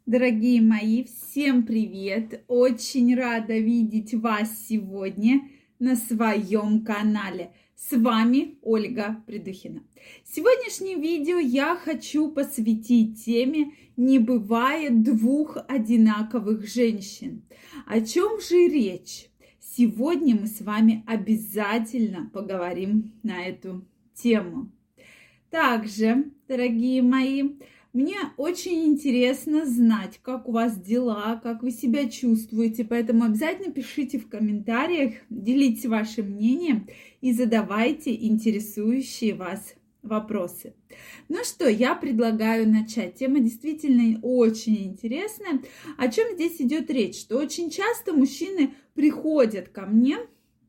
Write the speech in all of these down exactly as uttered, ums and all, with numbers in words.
Дорогие мои, всем привет! Очень рада видеть вас сегодня на своем канале. С вами Ольга Придухина. Сегодняшнее видео я хочу посвятить теме «Не бывает двух одинаковых женщин». О чем же речь? Сегодня мы с вами обязательно поговорим на эту тему. Также, дорогие мои, мне очень интересно знать, как у вас дела, как вы себя чувствуете, поэтому обязательно пишите в комментариях, делитесь вашим мнением и задавайте интересующие вас вопросы. Ну что, я предлагаю начать. Тема действительно очень интересная. О чем здесь идет речь? Что очень часто мужчины приходят ко мне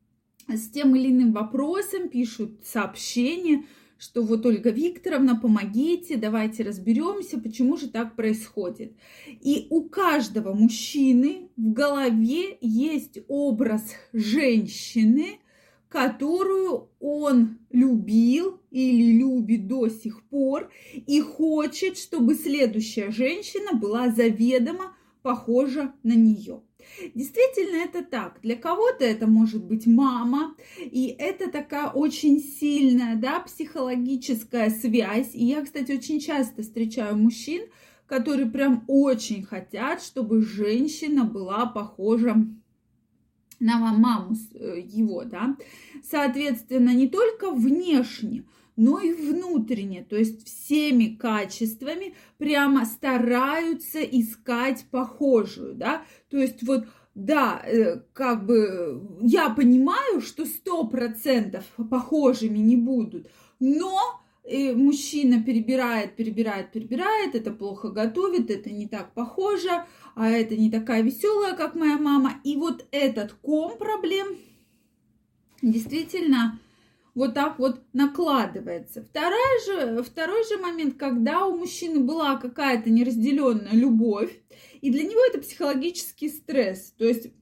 с тем или иным вопросом, пишут сообщения, что вот, Ольга Викторовна, помогите, давайте разберемся, почему же так происходит. И у каждого мужчины в голове есть образ женщины, которую он любил или любит до сих пор и хочет, чтобы следующая женщина была заведомо похожа на нее. Действительно, это так. Для кого-то это может быть мама, и это такая очень сильная, да, психологическая связь. И я, кстати, очень часто встречаю мужчин, которые прям очень хотят, чтобы женщина была похожа на маму его, да. Соответственно, не только внешне, но и внутренне, то есть всеми качествами прямо стараются искать похожую, да, то есть вот, да, как бы я понимаю, что сто процентов похожими не будут, но мужчина перебирает, перебирает, перебирает, это плохо готовит, это не так похоже, а это не такая веселая, как моя мама, и вот этот ком проблем действительно вот так вот накладывается. Второй же, второй же момент, когда у мужчины была какая-то неразделенная любовь, и для него это психологический стресс. То есть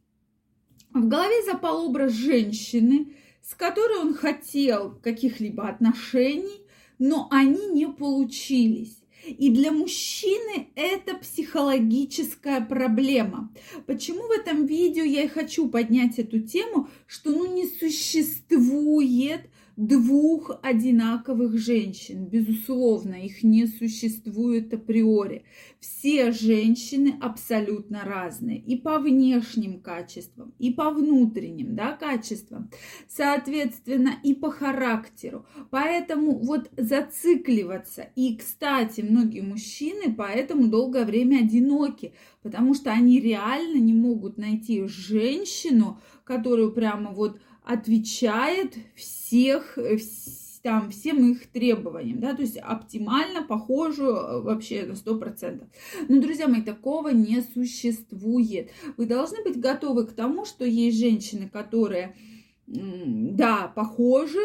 в голове запал образ женщины, с которой он хотел каких-либо отношений, но они не получились. И для мужчины это психологическая проблема. Почему в этом видео я и хочу поднять эту тему, что ну не существует двух одинаковых женщин. Безусловно, их не существует априори. Все женщины абсолютно разные. И по внешним качествам, и по внутренним, да, качествам. Соответственно, и по характеру. Поэтому вот зацикливаться. И, кстати, многие мужчины поэтому долгое время одиноки. Потому что они реально не могут найти женщину, которую прямо вот отвечает всех, там, всем их требованиям, да, то есть оптимально похожую вообще на сто процентов. Но, друзья мои, такого не существует. Вы должны быть готовы к тому, что есть женщины, которые, да, похожи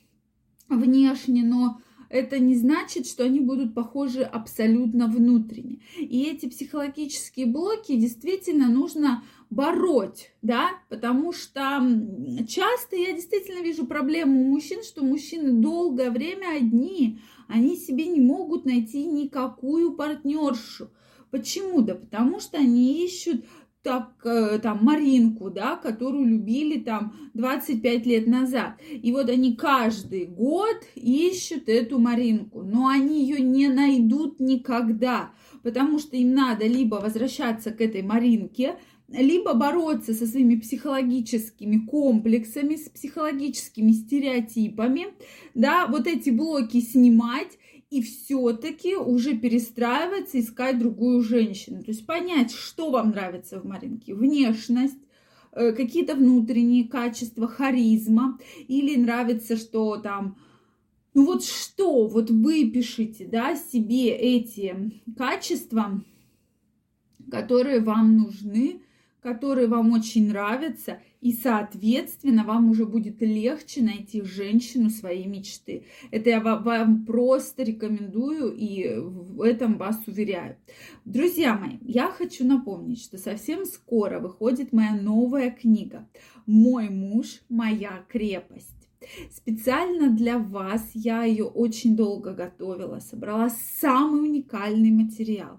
внешне, но это не значит, что они будут похожи абсолютно внутренне. И эти психологические блоки действительно нужно бороть, да, потому что часто я действительно вижу проблему у мужчин, что мужчины долгое время одни, они себе не могут найти никакую партнершу. Почему? Да потому что они ищут так, там, Маринку, да, которую любили там двадцать пять лет назад. И вот они каждый год ищут эту Маринку, но они ее не найдут никогда, потому что им надо либо возвращаться к этой Маринке, либо бороться со своими психологическими комплексами, с психологическими стереотипами, да, вот эти блоки снимать, и все-таки уже перестраиваться, искать другую женщину. То есть понять, что вам нравится в Маринке. Внешность, какие-то внутренние качества, харизма. Или нравится, что там... Ну вот что? Вот вы пишите, да, себе эти качества, которые вам нужны, которые вам очень нравятся, и, соответственно, вам уже будет легче найти женщину своей мечты. Это я вам просто рекомендую и в этом вас уверяю. Друзья мои, я хочу напомнить, что совсем скоро выходит моя новая книга «Мой муж, моя крепость». Специально для вас я ее очень долго готовила, собрала самый уникальный материал,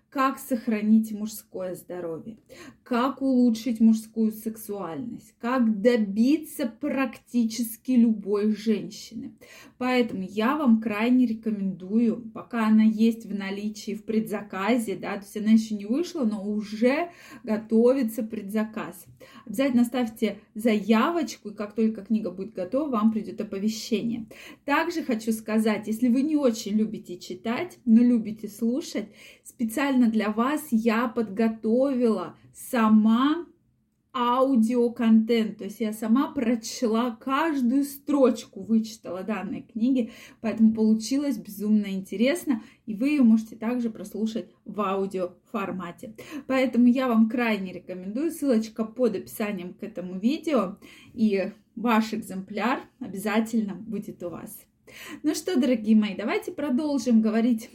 как сохранить мужское здоровье, как улучшить мужскую сексуальность, как добиться практически любой женщины. Поэтому я вам крайне рекомендую, пока она есть в наличии в предзаказе, да, то есть она еще не вышла, но уже готовится предзаказ. Обязательно ставьте заявочку, и как только книга будет готова, вам придет оповещение. Также хочу сказать, если вы не очень любите читать, но любите слушать, специально для вас я подготовила сама аудиоконтент, то есть я сама прочла каждую строчку, вычитала данной книги, поэтому получилось безумно интересно, и вы ее можете также прослушать в аудиоформате. Поэтому я вам крайне рекомендую, ссылочка под описанием к этому видео, и ваш экземпляр обязательно будет у вас. Ну что, дорогие мои, давайте продолжим говорить.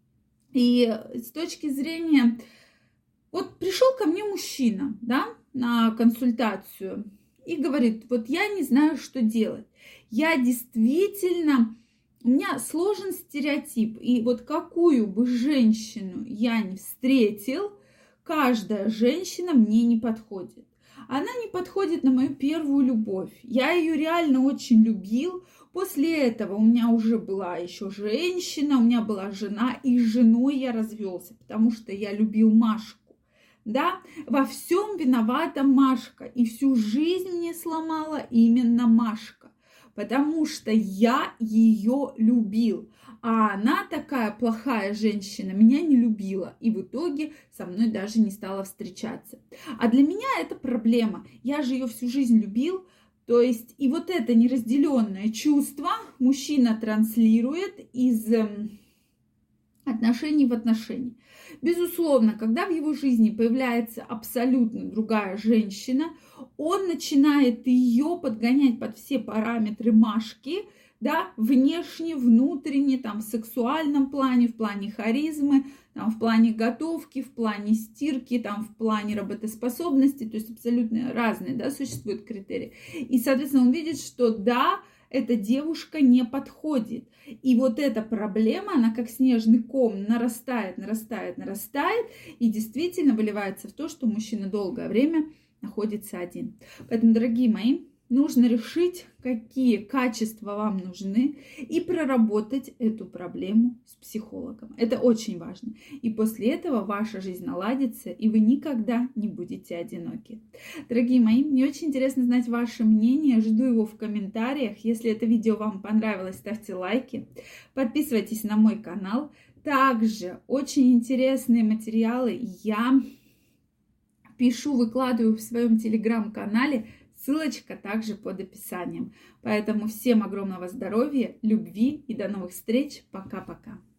И с точки зрения, вот пришел ко мне мужчина, да, на консультацию и говорит, вот я не знаю, что делать. Я действительно, у меня сложен стереотип, и вот какую бы женщину я ни встретил, каждая женщина мне не подходит. Она не подходит на мою первую любовь. Я ее реально очень любил. После этого у меня уже была еще женщина, у меня была жена, и с женой я развелся, потому что я любил Машку. Да, во всем виновата Машка, и всю жизнь мне сломала именно Машка, потому что я ее любил, а она такая плохая женщина, меня не любила, и в итоге со мной даже не стала встречаться. А для меня это проблема, я же ее всю жизнь любил, то есть и вот это неразделенное чувство мужчина транслирует из отношений в отношения. Безусловно, когда в его жизни появляется абсолютно другая женщина, он начинает ее подгонять под все параметры Машки, да, внешне, внутренне, там, в сексуальном плане, в плане харизмы, там, в плане готовки, в плане стирки, там, в плане работоспособности, то есть абсолютно разные, да, существуют критерии. И, соответственно, он видит, что да, эта девушка не подходит. И вот эта проблема, она как снежный ком нарастает, нарастает, нарастает, и действительно выливается в то, что мужчина долгое время находится один. Поэтому, дорогие мои, нужно решить, какие качества вам нужны, и проработать эту проблему с психологом. Это очень важно. И после этого ваша жизнь наладится, и вы никогда не будете одиноки. Дорогие мои, мне очень интересно знать ваше мнение. Жду его в комментариях. Если это видео вам понравилось, ставьте лайки. Подписывайтесь на мой канал. Также очень интересные материалы я пишу, выкладываю в своем телеграм-канале. Ссылочка также под описанием. Поэтому всем огромного здоровья, любви и до новых встреч. Пока-пока.